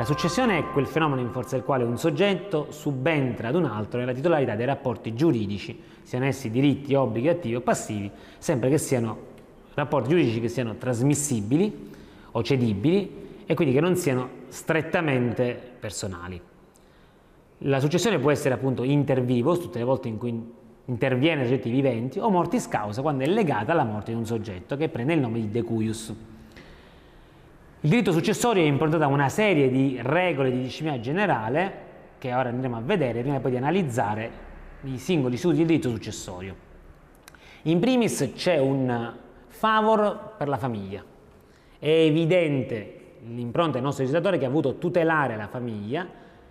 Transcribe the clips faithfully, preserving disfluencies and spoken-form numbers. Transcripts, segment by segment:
successione è quel fenomeno in forza del quale un soggetto subentra ad un altro nella titolarità dei rapporti giuridici, siano essi diritti, obblighi attivi o passivi, sempre che siano rapporti giuridici che siano trasmissibili o cedibili e quindi che non siano strettamente personali. La successione può essere appunto inter vivos, tutte le volte in cui interviene soggetti viventi, o mortis causa, quando è legata alla morte di un soggetto, che prende il nome di decuius. Il diritto successorio è improntato a una serie di regole di disciplina generale, che ora andremo a vedere, prima poi di analizzare i singoli istituti di diritto successorio. In primis c'è un favor per la famiglia. È evidente l'impronta del nostro legislatore che ha voluto tutelare la famiglia,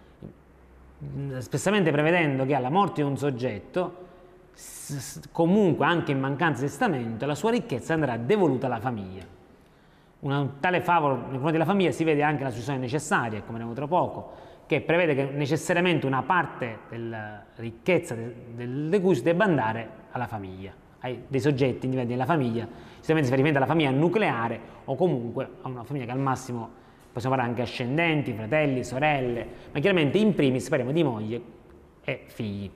espressamente prevedendo che alla morte di un soggetto, comunque anche in mancanza di testamento, la sua ricchezza andrà devoluta alla famiglia. Un tale favor nei confronti della famiglia si vede anche nella successione necessaria, come vedremo tra poco, che prevede che necessariamente una parte della ricchezza del decuius debba andare alla famiglia, ai dei soggetti indipendenti della famiglia, sicuramente si riferisce alla famiglia nucleare o comunque a una famiglia che al massimo possiamo parlare anche ascendenti, fratelli, sorelle, ma chiaramente in primis parliamo di moglie e figli.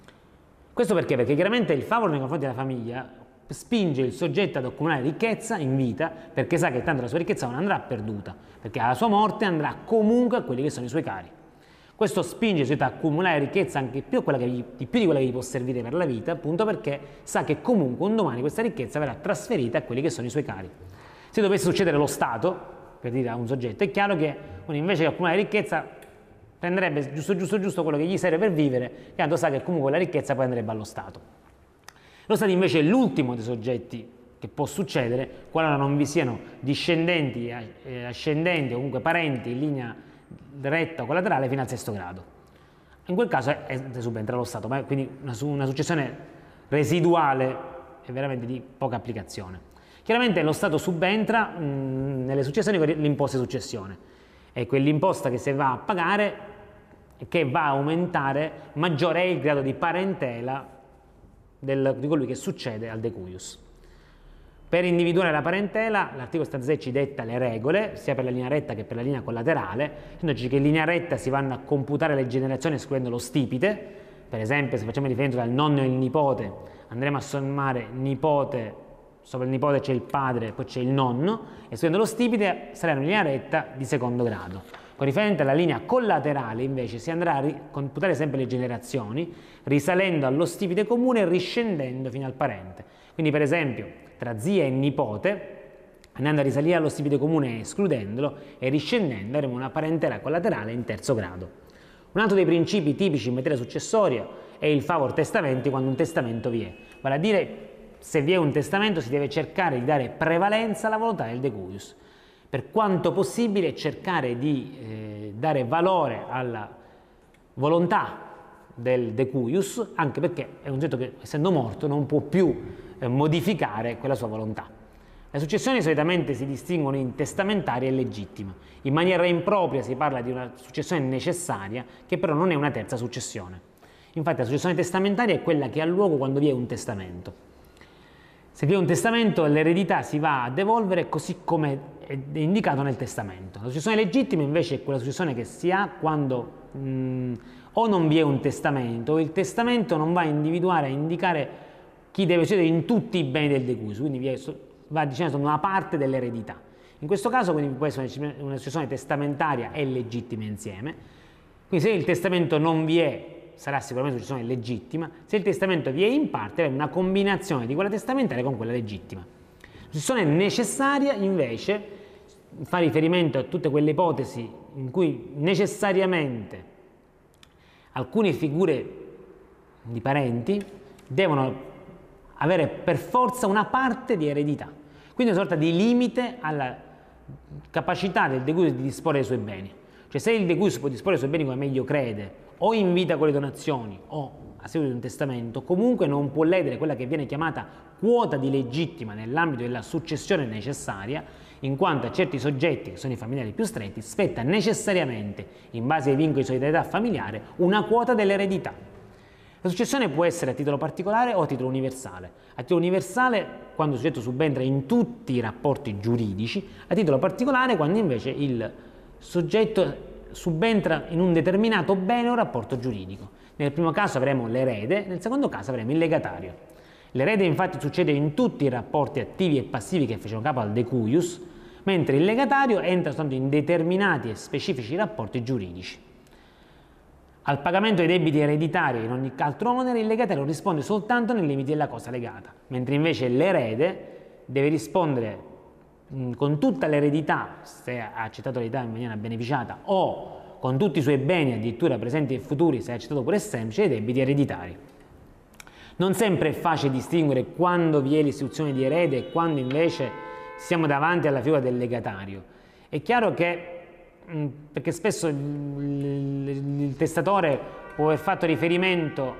Questo perché? Perché chiaramente il favore nei confronti della famiglia spinge il soggetto ad accumulare ricchezza in vita, perché sa che tanto la sua ricchezza non andrà perduta, perché alla sua morte andrà comunque a quelli che sono i suoi cari. Questo spinge il soggetto ad accumulare ricchezza anche più, quella che gli, di più di quella che gli può servire per la vita, appunto perché sa che comunque un domani questa ricchezza verrà trasferita a quelli che sono i suoi cari. Se dovesse succedere lo Stato, per dire a un soggetto, è chiaro che uno invece che accumulare ricchezza prenderebbe giusto giusto giusto quello che gli serve per vivere, che tanto sa che comunque la ricchezza poi andrebbe allo Stato. Lo Stato invece è l'ultimo dei soggetti che può succedere qualora non vi siano discendenti, ascendenti o comunque parenti in linea retta o collaterale fino al sesto grado. In quel caso è, è subentra lo Stato, ma è quindi una, una successione residuale e veramente di poca applicazione. Chiaramente lo Stato subentra mh, nelle successioni con l'imposta di successione, è quell'imposta che si va a pagare e che va a aumentare maggiore è il grado di parentela del, di colui che succede al decuius. Per individuare la parentela, l'articolo settantasei ci detta le regole, sia per la linea retta che per la linea collaterale, dicendoci che in linea retta si vanno a computare le generazioni escludendo lo stipite. Per esempio, se facciamo riferimento al nonno e il nipote, andremo a sommare nipote, sopra il nipote c'è il padre, poi c'è il nonno, escludendo lo stipite saranno in linea retta di secondo grado. Con riferimento alla linea collaterale, invece, si andrà a computare sempre le generazioni, risalendo allo stipite comune e riscendendo fino al parente. Quindi, per esempio, tra zia e nipote, andando a risalire allo stipite comune e escludendolo, e riscendendo avremo una parentela collaterale in terzo grado. Un altro dei principi tipici in materia successoria è il favor testamenti quando un testamento vi è. Vale a dire, se vi è un testamento si deve cercare di dare prevalenza alla volontà del decuius. Per quanto possibile cercare di eh, dare valore alla volontà del decuius, anche perché è un soggetto che, essendo morto, non può più eh, modificare quella sua volontà. Le successioni solitamente si distinguono in testamentaria e legittima. In maniera impropria si parla di una successione necessaria, che però non è una terza successione. Infatti la successione testamentaria è quella che ha luogo quando vi è un testamento. Se vi è un testamento, l'eredità si va a devolvere così come è indicato nel testamento. La successione legittima invece è quella successione che si ha quando mh, o non vi è un testamento, o il testamento non va a individuare, a indicare chi deve succedere in tutti i beni del decuius, quindi vi è, va a decidere solo una parte dell'eredità. In questo caso quindi può essere una successione testamentaria e legittima insieme. Quindi se il testamento non vi è, sarà sicuramente una successione legittima. Se il testamento vi è in parte, è una combinazione di quella testamentaria con quella legittima. La successione necessaria invece fa riferimento a tutte quelle ipotesi in cui necessariamente alcune figure di parenti devono avere per forza una parte di eredità, quindi una sorta di limite alla capacità del decuius di disporre dei suoi beni. Cioè, se il decuius può disporre dei suoi beni come meglio crede, o in vita con le donazioni o a seguito di un testamento, comunque non può ledere quella che viene chiamata quota di legittima nell'ambito della successione necessaria, in quanto a certi soggetti, che sono i familiari più stretti, spetta necessariamente, in base ai vincoli di solidarietà familiare, una quota dell'eredità. La successione può essere a titolo particolare o a titolo universale. A titolo universale quando il soggetto subentra in tutti i rapporti giuridici, a titolo particolare quando invece il soggetto subentra in un determinato bene o rapporto giuridico. Nel primo caso avremo l'erede, nel secondo caso avremo il legatario. L'erede infatti succede in tutti i rapporti attivi e passivi che facevano capo al decuius, mentre il legatario entra soltanto in determinati e specifici rapporti giuridici. Al pagamento dei debiti ereditari e in ogni altro onere il legatario risponde soltanto nei limiti della cosa legata, mentre invece l'erede deve rispondere mh, con tutta l'eredità, se ha accettato l'eredità in maniera beneficiata, o con tutti i suoi beni, addirittura presenti e futuri, se ha accettato pure semplice, i debiti ereditari. Non sempre è facile distinguere quando vi è l'istituzione di erede e quando invece siamo davanti alla figura del legatario. È chiaro che perché spesso il, il, il testatore può aver fatto riferimento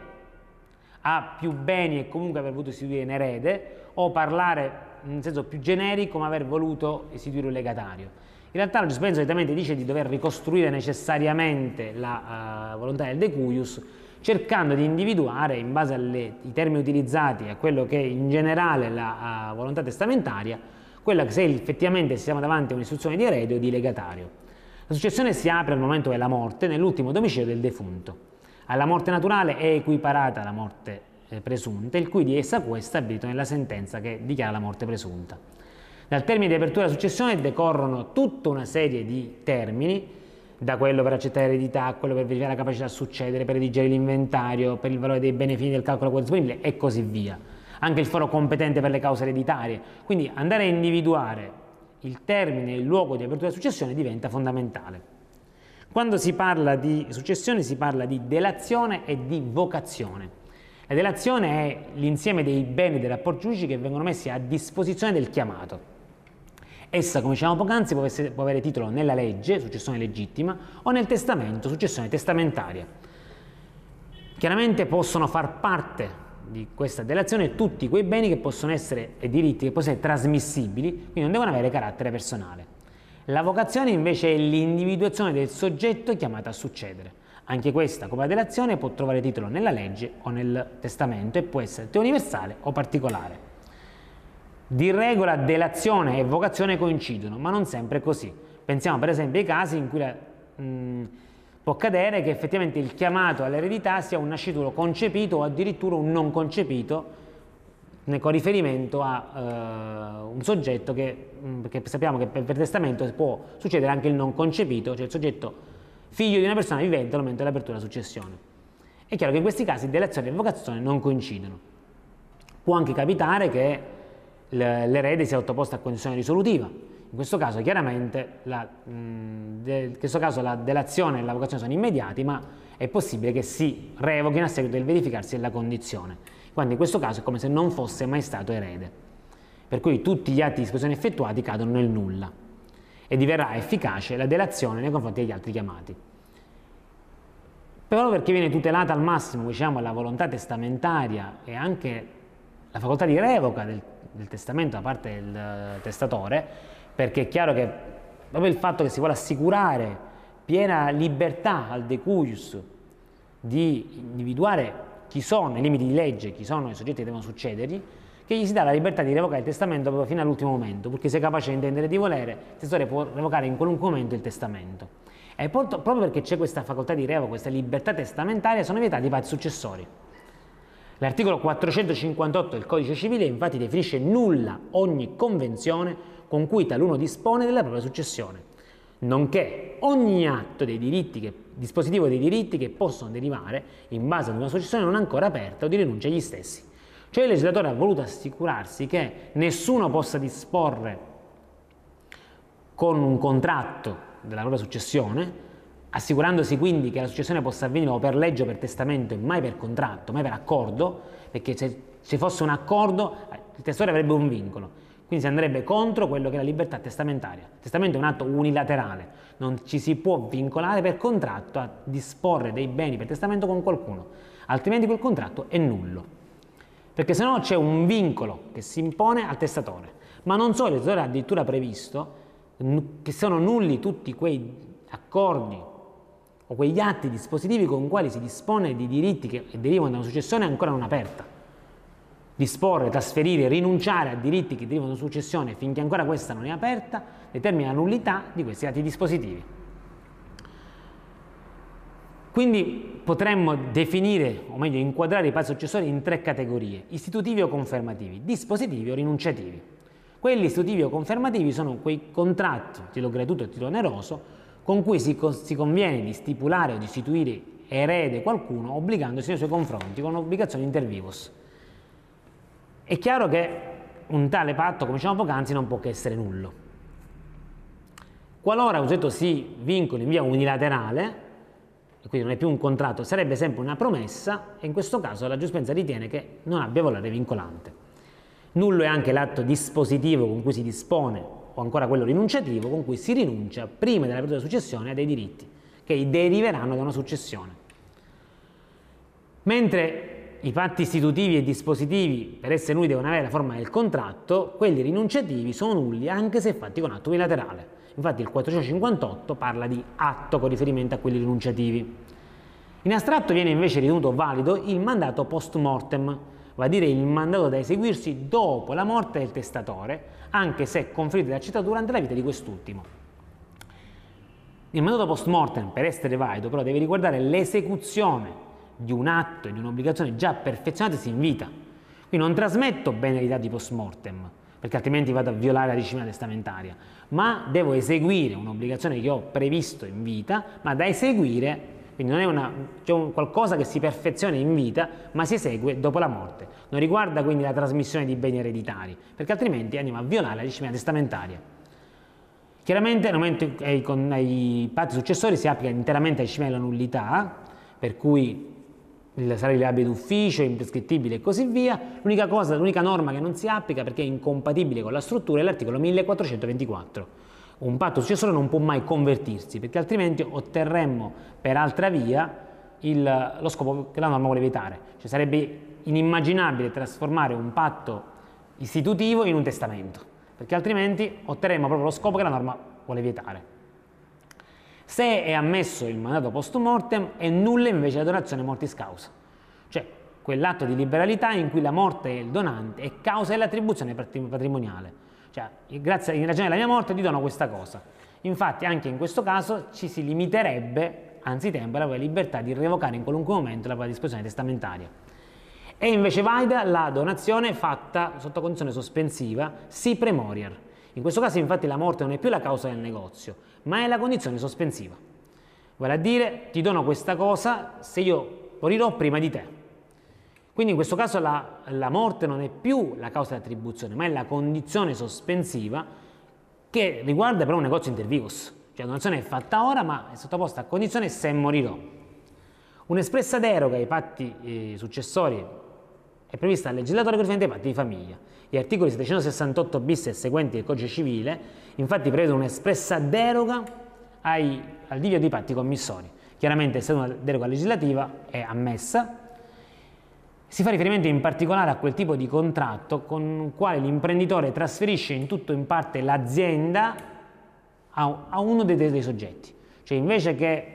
a più beni e comunque aver voluto istituire un erede, o parlare in senso più generico ma aver voluto istituire un legatario. In realtà la giurisprudenza solitamente dice di dover ricostruire necessariamente la uh, volontà del decuius, cercando di individuare, in base ai termini utilizzati e a quello che è in generale la uh, volontà testamentaria, quella che se effettivamente siamo davanti a un'istituzione di erede o di legatario. La successione si apre al momento della morte, nell'ultimo domicilio del defunto. Alla morte naturale è equiparata alla morte eh, presunta, il cui di essa può è stabilito nella sentenza che dichiara la morte presunta. Dal termine di apertura della successione decorrono tutta una serie di termini, da quello per accettare l'eredità, a quello per verificare la capacità di succedere, per redigere l'inventario, per il valore dei beni fini del calcolo corrispondibile e così via. Anche il foro competente per le cause ereditarie. Quindi andare a individuare il termine e il luogo di apertura della successione diventa fondamentale. Quando si parla di successione si parla di delazione e di vocazione. La delazione è l'insieme dei beni dei rapporti giuridici che vengono messi a disposizione del chiamato. Essa, come dicevamo poc'anzi, può, può avere titolo nella legge, successione legittima, o nel testamento, successione testamentaria. Chiaramente possono far parte di questa delazione tutti quei beni che possono essere e diritti che possono essere trasmissibili, quindi non devono avere carattere personale. La vocazione invece è l'individuazione del soggetto chiamato a succedere. Anche questa, come la delazione, può trovare titolo nella legge o nel testamento e può essere universale o particolare. Di regola delazione e vocazione coincidono, ma non sempre è così. Pensiamo per esempio ai casi in cui la, mh, può accadere che effettivamente il chiamato all'eredità sia un nascituro concepito o addirittura un non concepito con riferimento a uh, un soggetto che, perché sappiamo che per, per testamento può succedere anche il non concepito, cioè il soggetto figlio di una persona vivente al momento dell'apertura della successione. È chiaro che in questi casi delazione e vocazione non coincidono. Può anche capitare che l'erede sia sottoposto a condizione risolutiva. In questo caso chiaramente la, mh, de, in questo caso la delazione e la vocazione sono immediati, ma è possibile che si revochino a seguito del verificarsi della condizione. Quindi in questo caso è come se non fosse mai stato erede. Per cui tutti gli atti di disposizione effettuati cadono nel nulla e diverrà efficace la delazione nei confronti degli altri chiamati. Però perché viene tutelata al massimo, diciamo, la volontà testamentaria e anche la facoltà di revoca del, del testamento da parte del testatore, perché è chiaro che proprio il fatto che si vuole assicurare piena libertà al decuius di individuare chi sono, nei limiti di legge, chi sono i soggetti che devono succedergli, che gli si dà la libertà di revocare il testamento proprio fino all'ultimo momento, perché se è capace di intendere di volere, il testatore può revocare in qualunque momento il testamento. E proprio perché c'è questa facoltà di revoca, questa libertà testamentaria, sono vietati i patti successori. L'articolo quattrocentocinquantotto del Codice Civile infatti definisce nulla ogni convenzione con cui taluno dispone della propria successione, nonché ogni atto dei diritti che, dispositivo dei diritti che possono derivare in base ad una successione non ancora aperta o di rinuncia agli stessi. Cioè il legislatore ha voluto assicurarsi che nessuno possa disporre con un contratto della propria successione, assicurandosi quindi che la successione possa avvenire o per legge o per testamento e mai per contratto, mai per accordo, perché se ci fosse un accordo il testatore avrebbe un vincolo, quindi si andrebbe contro quello che è la libertà testamentaria. Il testamento è un atto unilaterale, non ci si può vincolare per contratto a disporre dei beni per testamento con qualcuno, altrimenti quel contratto è nullo, perché se no c'è un vincolo che si impone al testatore. Ma non solo, il testatore ha addirittura previsto che sono nulli tutti quei accordi o quegli atti dispositivi con i quali si dispone di diritti che derivano da una successione ancora non aperta. Disporre, trasferire, rinunciare a diritti che derivano da una successione finché ancora questa non è aperta determina la nullità di questi atti dispositivi. Quindi potremmo definire, o meglio inquadrare i patti successori in tre categorie: istitutivi o confermativi, dispositivi o rinunciativi. Quelli istitutivi o confermativi sono quei contratti, titolo gratuito e titolo oneroso, con cui si, si conviene di stipulare o di istituire erede qualcuno obbligandosi nei suoi confronti con obbligazioni inter vivos. È chiaro che un tale patto, come dicevamo poc'anzi, non può che essere nullo. Qualora un soggetto si vincoli in via unilaterale, e quindi non è più un contratto, sarebbe sempre una promessa, e in questo caso la giurisprudenza ritiene che non abbia valore vincolante. Nullo è anche l'atto dispositivo con cui si dispone, o ancora quello rinunciativo, con cui si rinuncia prima della perduta della successione a dei diritti che deriveranno da una successione. Mentre i patti istitutivi e dispositivi per essere nulli devono avere la forma del contratto, quelli rinunciativi sono nulli anche se fatti con atto unilaterale. Infatti il quattrocentocinquantotto parla di atto con riferimento a quelli rinunciativi. In astratto viene invece ritenuto valido il mandato post mortem, vale a dire il mandato da eseguirsi dopo la morte del testatore, anche se conferito ed accettato durante la vita di quest'ultimo. Il mandato post mortem, per essere valido, però deve riguardare l'esecuzione di un atto e di un'obbligazione già perfezionatisi in vita. Quindi non trasmetto bene eredità di post mortem, perché altrimenti vado a violare la disciplina testamentaria, ma devo eseguire un'obbligazione che ho previsto in vita, ma da eseguire, quindi non è una, cioè un qualcosa che si perfeziona in vita, ma si esegue dopo la morte. Non riguarda quindi la trasmissione di beni ereditari, perché altrimenti andiamo a violare la disciplina testamentaria. Chiaramente nel momento in cui con i patti successori si applica interamente la disciplina della nullità, per cui sarà rilevabile d'ufficio, imprescrittibile e così via. L'unica cosa, l'unica norma che non si applica perché è incompatibile con la struttura è l'articolo millequattrocentoventiquattro. Un patto successorio non può mai convertirsi, perché altrimenti otterremmo per altra via il, lo scopo che la norma vuole evitare. Cioè sarebbe inimmaginabile trasformare un patto istitutivo in un testamento, perché altrimenti otterremmo proprio lo scopo che la norma vuole vietare. Se è ammesso il mandato post mortem, è nulla invece la donazione mortis causa, cioè quell'atto di liberalità in cui la morte del donante è causa dell'attribuzione patrimoniale. Cioè, grazie, in ragione della mia morte ti dono questa cosa. Infatti anche in questo caso ci si limiterebbe, anzitempo, alla libertà di revocare in qualunque momento la propria disposizione testamentaria. È invece valida la donazione fatta sotto condizione sospensiva, si premoriar. In questo caso infatti la morte non è più la causa del negozio, ma è la condizione sospensiva. Vale a dire, ti dono questa cosa se io morirò prima di te. Quindi in questo caso la, la morte non è più la causa dell'attribuzione, ma è la condizione sospensiva che riguarda però un negozio inter vivos. Cioè la donazione è fatta ora, ma è sottoposta a condizione se morirò. Un'espressa deroga ai patti eh, successori è prevista dal legislatore con riferimento ai patti di famiglia. Gli articoli settecentosessantotto bis e seguenti del Codice Civile infatti prevedono un'espressa deroga ai, al divieto di patti commissori. Chiaramente, essendo una deroga legislativa, è ammessa. Si fa riferimento in particolare a quel tipo di contratto con il quale l'imprenditore trasferisce in tutto o in parte l'azienda a, a uno dei, dei soggetti. Cioè invece che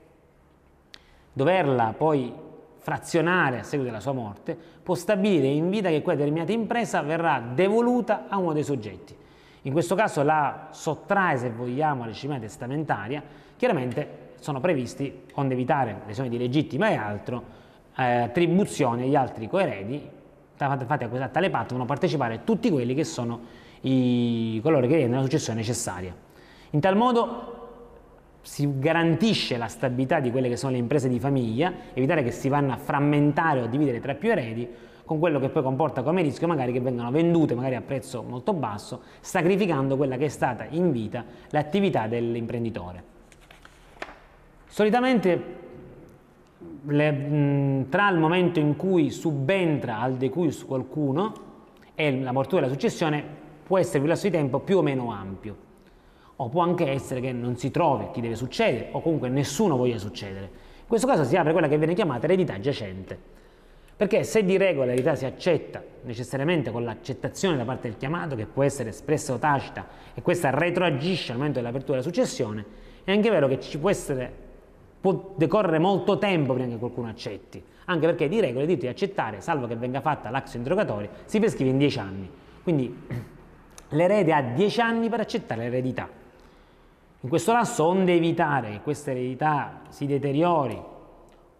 doverla poi frazionare a seguito della sua morte, può stabilire in vita che quella determinata impresa verrà devoluta a uno dei soggetti. In questo caso la sottrae, se vogliamo, alla disciplina testamentaria. Chiaramente sono previsti, onde evitare lesioni di legittima e altro, eh, attribuzioni agli altri coeredi. Infatti a tale patto devono partecipare tutti quelli che sono i, coloro che rendono la successione necessaria. In tal modo si garantisce la stabilità di quelle che sono le imprese di famiglia, evitare che si vanno a frammentare o a dividere tra più eredi, con quello che poi comporta come rischio magari che vengano vendute magari a prezzo molto basso, sacrificando quella che è stata in vita l'attività dell'imprenditore. Solitamente le, mh, tra il momento in cui subentra al decuius qualcuno e la morte della successione può essere un lasso di tempo più o meno ampio. O può anche essere che non si trovi chi deve succedere, o comunque nessuno voglia succedere. In questo caso si apre quella che viene chiamata eredità giacente, perché se di regola l'eredità si accetta necessariamente con l'accettazione da parte del chiamato, che può essere espressa o tacita, e questa retroagisce al momento dell'apertura della successione, è anche vero che ci può essere, può decorrere molto tempo prima che qualcuno accetti, anche perché di regola il diritto di accettare, salvo che venga fatta l'axio interrogatorio, si prescrive in dieci anni. Quindi l'erede ha dieci anni per accettare l'eredità. In questo lasso, onde evitare che questa eredità si deteriori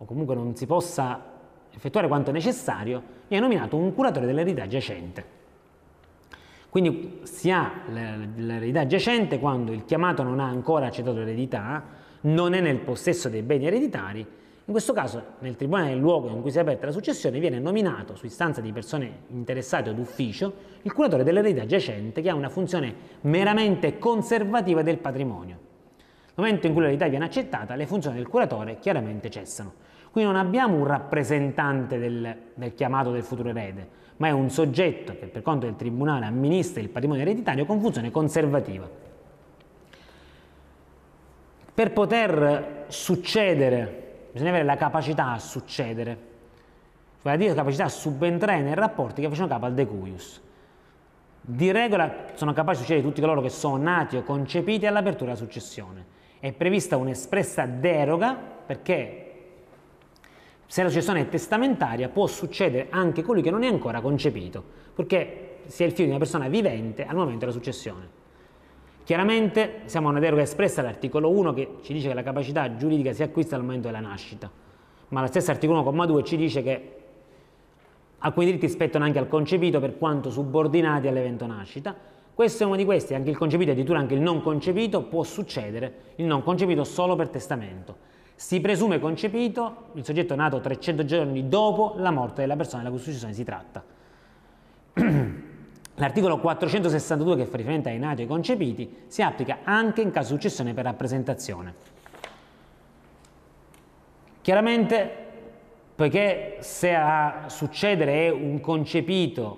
o comunque non si possa effettuare quanto necessario, viene nominato un curatore dell'eredità giacente. Quindi si ha l'eredità giacente quando il chiamato non ha ancora accettato l'eredità, non è nel possesso dei beni ereditari. In questo caso, nel tribunale del luogo in cui si è aperta la successione, viene nominato, su istanza di persone interessate o d'ufficio, il curatore dell'eredità giacente, che ha una funzione meramente conservativa del patrimonio. Nel momento in cui l'eredità viene accettata, le funzioni del curatore chiaramente cessano. Quindi non abbiamo un rappresentante del, del chiamato del futuro erede, ma è un soggetto che per conto del tribunale amministra il patrimonio ereditario con funzione conservativa. Per poter succedere, bisogna avere la capacità a succedere, vale a dire la capacità a subentrare nei rapporti che facciano capo al decuius. Di regola sono capaci di succedere tutti coloro che sono nati o concepiti all'apertura della successione. È prevista un'espressa deroga perché se la successione è testamentaria può succedere anche colui che non è ancora concepito, perché sia il figlio di una persona vivente al momento della successione. Chiaramente siamo a una deroga espressa all'articolo uno che ci dice che la capacità giuridica si acquista al momento della nascita, ma lo stesso articolo uno comma due ci dice che alcuni diritti spettano anche al concepito per quanto subordinati all'evento nascita. Questo è uno di questi, anche il concepito e addirittura anche il non concepito può succedere, il non concepito solo per testamento. Si presume concepito il soggetto nato trecento giorni dopo la morte della persona della cui successione si tratta. L'articolo quattrocentosessantadue, che fa riferimento ai nati e ai concepiti, si applica anche in caso di successione per rappresentazione. Chiaramente, poiché se a succedere è un concepito,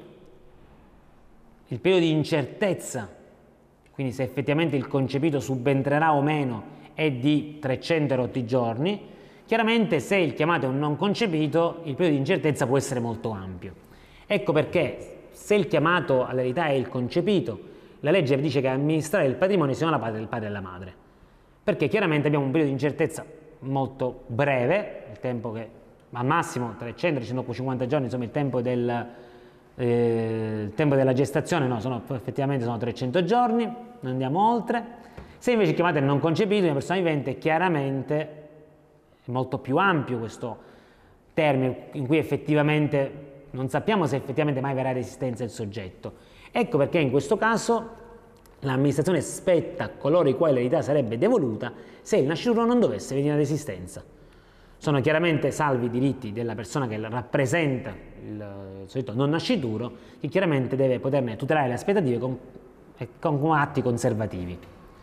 il periodo di incertezza, quindi se effettivamente il concepito subentrerà o meno, è di trecento rotti giorni, chiaramente se il chiamato è un non concepito, il periodo di incertezza può essere molto ampio. Ecco perché se il chiamato all'eredità è il concepito, la legge dice che amministrare il patrimonio sia la parte del padre e della madre, perché chiaramente abbiamo un periodo di incertezza molto breve, il tempo che al massimo trecento trecentocinquanta giorni, insomma il tempo, del, eh, il tempo della gestazione, no, sono, effettivamente sono trecento giorni, non andiamo oltre. Se invece il chiamato è non concepito, una persona vivente, chiaramente è molto più ampio questo termine, in cui effettivamente non sappiamo se effettivamente mai verrà resistenza il soggetto. Ecco perché in questo caso l'amministrazione spetta a coloro i quali l'eredità sarebbe devoluta se il nascituro non dovesse venire a resistenza. Sono chiaramente salvi i diritti della persona che rappresenta il soggetto non nascituro, che chiaramente deve poterne tutelare le aspettative con, con atti conservativi.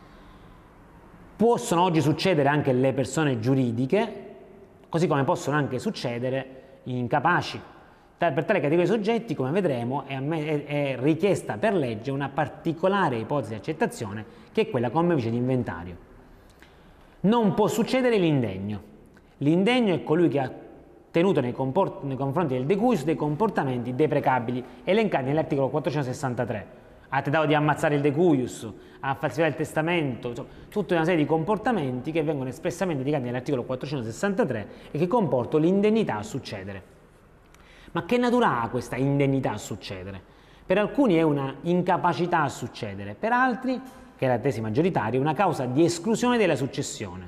Possono oggi succedere anche le persone giuridiche, così come possono anche succedere gli incapaci. Per tale categoria di soggetti, come vedremo, è, è richiesta per legge una particolare ipotesi di accettazione, che è quella come vice di inventario. Non può succedere l'indegno. L'indegno è colui che ha tenuto nei, nei confronti del decuius dei comportamenti deprecabili, elencati nell'articolo quattrocentosessantatré. Ha tentato di ammazzare il decuius, a falsificare il testamento, insomma, tutta una serie di comportamenti che vengono espressamente indicati nell'articolo quattrocentosessantatré e che comportano l'indennità a succedere. Ma che natura ha questa indennità a succedere? Per alcuni è una incapacità a succedere, per altri, che è la tesi maggioritaria, una causa di esclusione della successione.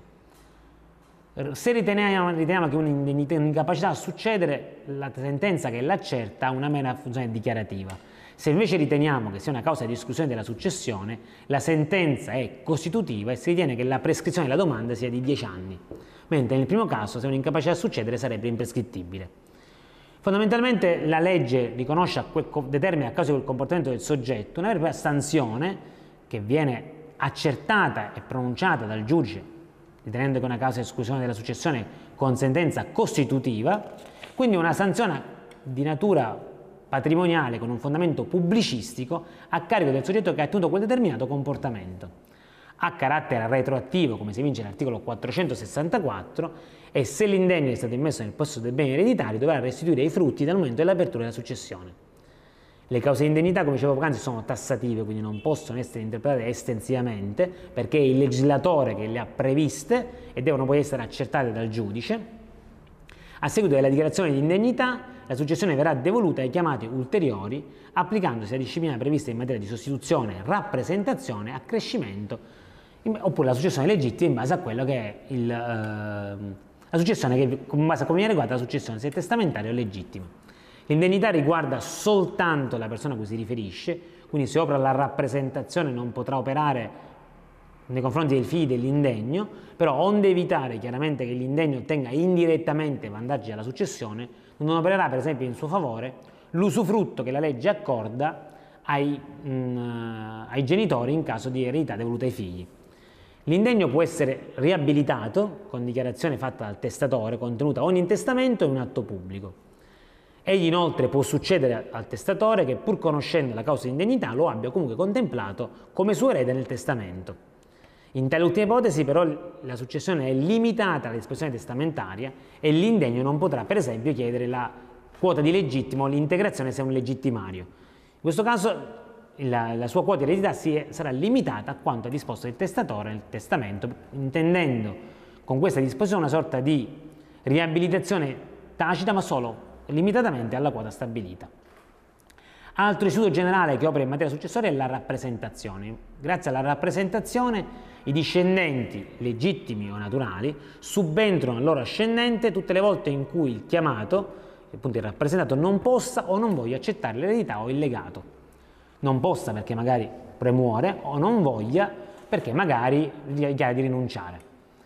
Se riteniamo, riteniamo che un'incapacità a succedere, la sentenza che l'accerta ha una mera funzione dichiarativa. Se invece riteniamo che sia una causa di esclusione della successione, la sentenza è costitutiva e si ritiene che la prescrizione della domanda sia di dieci anni, mentre nel primo caso, se un'incapacità a succedere, sarebbe imprescrittibile. Fondamentalmente la legge riconosce, a quel, determina a causa del comportamento del soggetto una vera e propria sanzione che viene accertata e pronunciata dal giudice, ritenendo che è una causa di esclusione della successione con sentenza costitutiva, quindi una sanzione di natura patrimoniale con un fondamento pubblicistico a carico del soggetto che ha tenuto quel determinato comportamento. Ha carattere retroattivo, come si evince nell'articolo quattrocentosessantaquattro, e se l'indegno è stato immesso nel possesso dei beni ereditari dovrà restituire i frutti dal momento dell'apertura della successione. Le cause di indennità, come dicevo poc'anzi, sono tassative, quindi non possono essere interpretate estensivamente, perché è il legislatore che le ha previste e devono poi essere accertate dal giudice. A seguito della dichiarazione di indennità, la successione verrà devoluta ai chiamati ulteriori, applicandosi la disciplina prevista in materia di sostituzione, rappresentazione, accrescimento, oppure la successione legittima in base a quello che è il, eh, La successione che, in base a come viene regolata la successione, se è testamentaria o legittima. L'indennità riguarda soltanto la persona a cui si riferisce, quindi se opera la rappresentazione non potrà operare nei confronti del figlio dell'indegno, però onde evitare chiaramente che l'indegno ottenga indirettamente vantaggi alla successione, non opererà per esempio in suo favore l'usufrutto che la legge accorda ai, mh, ai genitori in caso di eredità devoluta ai figli. L'indegno può essere riabilitato con dichiarazione fatta dal testatore contenuta o in testamento o in un atto pubblico. Egli inoltre può succedere al testatore che, pur conoscendo la causa di indennità, lo abbia comunque contemplato come suo erede nel testamento. In tale ultima ipotesi però la successione è limitata alla disposizione testamentaria e l'indegno non potrà per esempio chiedere la quota di legittimo o l'integrazione se è un legittimario. In questo caso la, la sua quota di eredità si è, sarà limitata a quanto ha disposto il testatore nel testamento, intendendo con questa disposizione una sorta di riabilitazione tacita ma solo limitatamente alla quota stabilita. Altro istituto generale che opera in materia successoria è la rappresentazione. Grazie alla rappresentazione i discendenti, legittimi o naturali, subentrano al loro ascendente tutte le volte in cui il chiamato, appunto il rappresentato, non possa o non voglia accettare l'eredità o il legato. Non possa perché magari premuore o non voglia perché magari dichiara di rinunciare.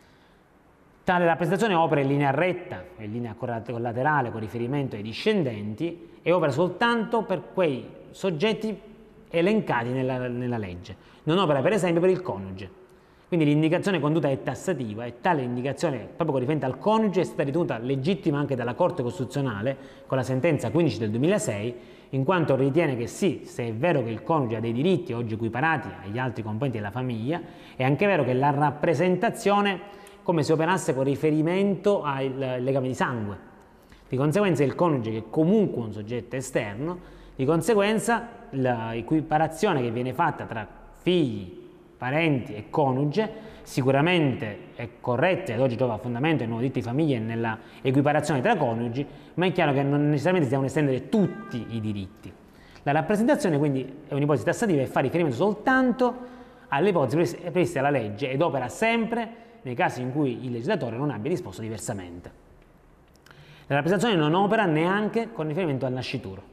Tale rappresentazione opera in linea retta e in linea collaterale con riferimento ai discendenti e opera soltanto per quei soggetti elencati nella, nella legge. Non opera per esempio per il coniuge. Quindi l'indicazione condotta è tassativa e tale indicazione, proprio con riferimento al coniuge, è stata ritenuta legittima anche dalla Corte Costituzionale con la sentenza quindici del duemilasei, in quanto ritiene che sì, se è vero che il coniuge ha dei diritti oggi equiparati agli altri componenti della famiglia, è anche vero che la rappresentazione come se operasse con riferimento al legame di sangue. Di conseguenza il coniuge, che è comunque un soggetto esterno, di conseguenza l'equiparazione che viene fatta tra figli, parenti e coniuge sicuramente è corretta ed oggi trova fondamento nel nuovo diritto di famiglia e nella equiparazione tra coniugi, ma è chiaro che non necessariamente si devono estendere tutti i diritti. La rappresentazione quindi è un'ipotesi tassativa e fa riferimento soltanto alle ipotesi previste dalla legge ed opera sempre nei casi in cui il legislatore non abbia disposto diversamente. La rappresentazione non opera neanche con riferimento al nascituro.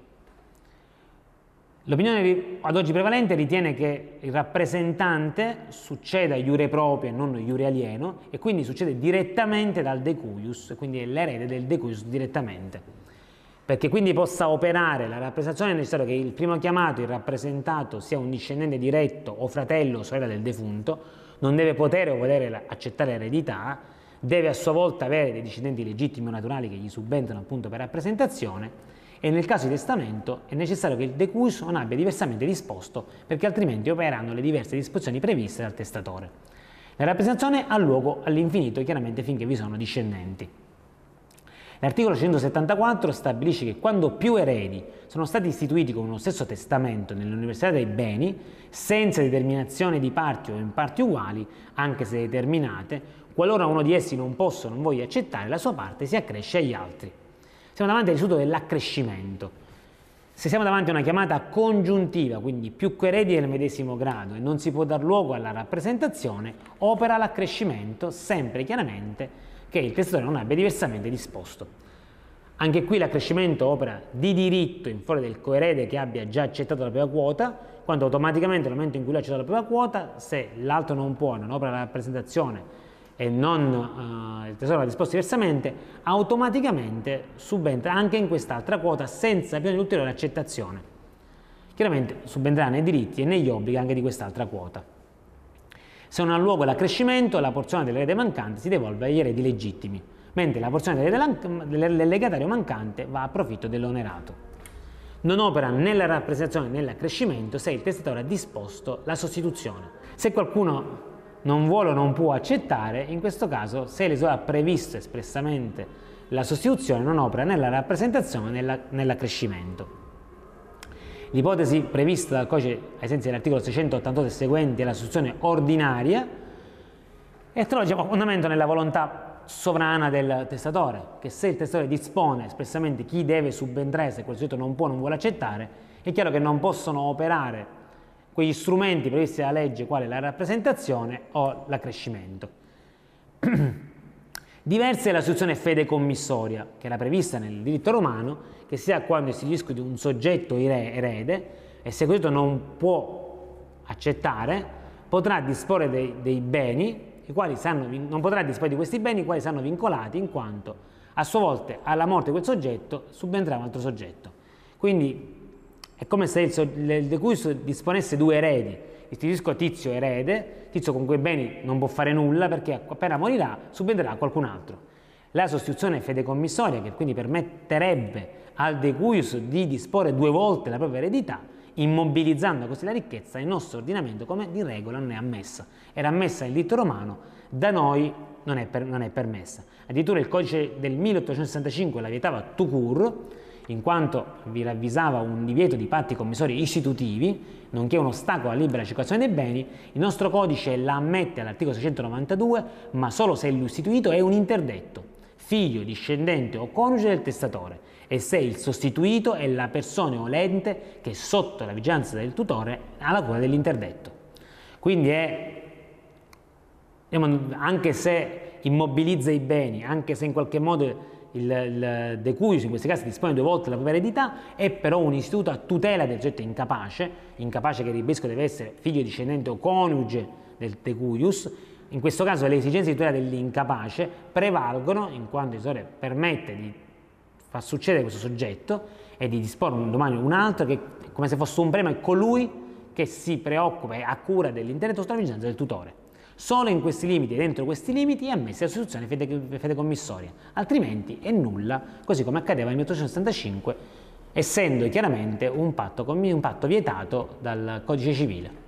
L'opinione ad oggi prevalente ritiene che il rappresentante succeda iure proprio e non iure alieno e quindi succede direttamente dal decuius, quindi è l'erede del decuius direttamente. Perché quindi possa operare la rappresentazione è necessario che il primo chiamato, il rappresentato, sia un discendente diretto o fratello o sorella del defunto, non deve potere o volere accettare l'eredità, deve a sua volta avere dei discendenti legittimi o naturali che gli subentrano appunto per rappresentazione e nel caso di testamento è necessario che il decuius non abbia diversamente disposto perché altrimenti opereranno le diverse disposizioni previste dal testatore. La rappresentazione ha luogo all'infinito chiaramente finché vi sono discendenti. L'articolo centosettantaquattro stabilisce che quando più eredi sono stati istituiti con uno stesso testamento nell'università dei beni, senza determinazione di parti o in parti uguali, anche se determinate, qualora uno di essi non possa o non voglia accettare, la sua parte si accresce agli altri. Siamo davanti all'istituto dell'accrescimento. Se siamo davanti a una chiamata congiuntiva, quindi più coeredi del medesimo grado e non si può dar luogo alla rappresentazione, opera l'accrescimento sempre chiaramente che il testatore non abbia diversamente disposto. Anche qui l'accrescimento opera di diritto in favore del coerede che abbia già accettato la propria quota, quando automaticamente nel momento in cui lui ha accettato la propria quota, se l'altro non può, non opera la rappresentazione e non, uh, il tesoro l'ha disposto diversamente, automaticamente subentra anche in quest'altra quota senza bisogno di ulteriore accettazione. Chiaramente subentrerà nei diritti e negli obblighi anche di quest'altra quota. Se non ha luogo l'accrescimento, la porzione dell'erede mancante si devolve agli eredi legittimi, mentre la porzione del legatario mancante va a profitto dell'onerato. Non opera né la rappresentazione né l'accrescimento se il testatore ha disposto la sostituzione. Se qualcuno non vuole o non può accettare, in questo caso, se l'esecutor ha previsto espressamente la sostituzione, non opera né la rappresentazione né nell'accrescimento. L'ipotesi prevista dal codice ai sensi dell'articolo seicentottantotto e seguenti è la sostituzione ordinaria e trova diciamo, fondamento nella volontà sovrana del testatore, che se il testatore dispone espressamente chi deve subentrare se quel soggetto non può o non vuole accettare, è chiaro che non possono operare quegli strumenti previsti dalla legge quale la rappresentazione o l'accrescimento. Diversa è la successione fedecommissoria, che era prevista nel diritto romano, che sia quando si discute di un soggetto erede e se questo non può accettare, potrà disporre dei, dei beni, i quali saranno, non potrà disporre di questi beni, i quali saranno vincolati in quanto a sua volta alla morte di quel soggetto subentrava un altro soggetto. Quindi è come se il, il decuius disponesse due eredi, istituisco Tizio erede, Tizio con quei beni non può fare nulla perché appena morirà subentrerà a qualcun altro. La sostituzione fedecommissoria, che quindi permetterebbe al decuius di disporre due volte la propria eredità, immobilizzando così la ricchezza, il nostro ordinamento come di regola non è ammessa. Era ammessa nel diritto romano, da noi non è, per, non è permessa. Addirittura il codice del milleottocentosessantacinque la vietava tout court, in quanto vi ravvisava un divieto di patti commissori istitutivi, nonché un ostacolo alla libera circolazione dei beni. Il nostro codice la ammette all'articolo seicentonovantadue, ma solo se l'istituito è un interdetto, figlio, discendente o coniuge del testatore, e se il sostituito è la persona o l'ente che sotto la vigilanza del tutore ha la cura dell'interdetto. Quindi è, anche se immobilizza i beni, anche se in qualche modo il, il decuius in questi casi dispone due volte la propria eredità, è però un istituto a tutela del soggetto incapace, incapace che ribadisco deve essere figlio, discendente o coniuge del decuius. In questo caso le esigenze di tutela dell'incapace prevalgono in quanto il tesore permette di far succedere questo soggetto e di disporre un domani un altro che come se fosse un premio è colui che si preoccupa e ha cura dell'interdetto sotto la vigilanza del tutore. Solo in questi limiti e dentro questi limiti è ammessa la sostituzione fede, fedecommissoria, altrimenti è nulla, così come accadeva nel milleottocentosessantacinque, essendo chiaramente un patto, un patto vietato dal codice civile.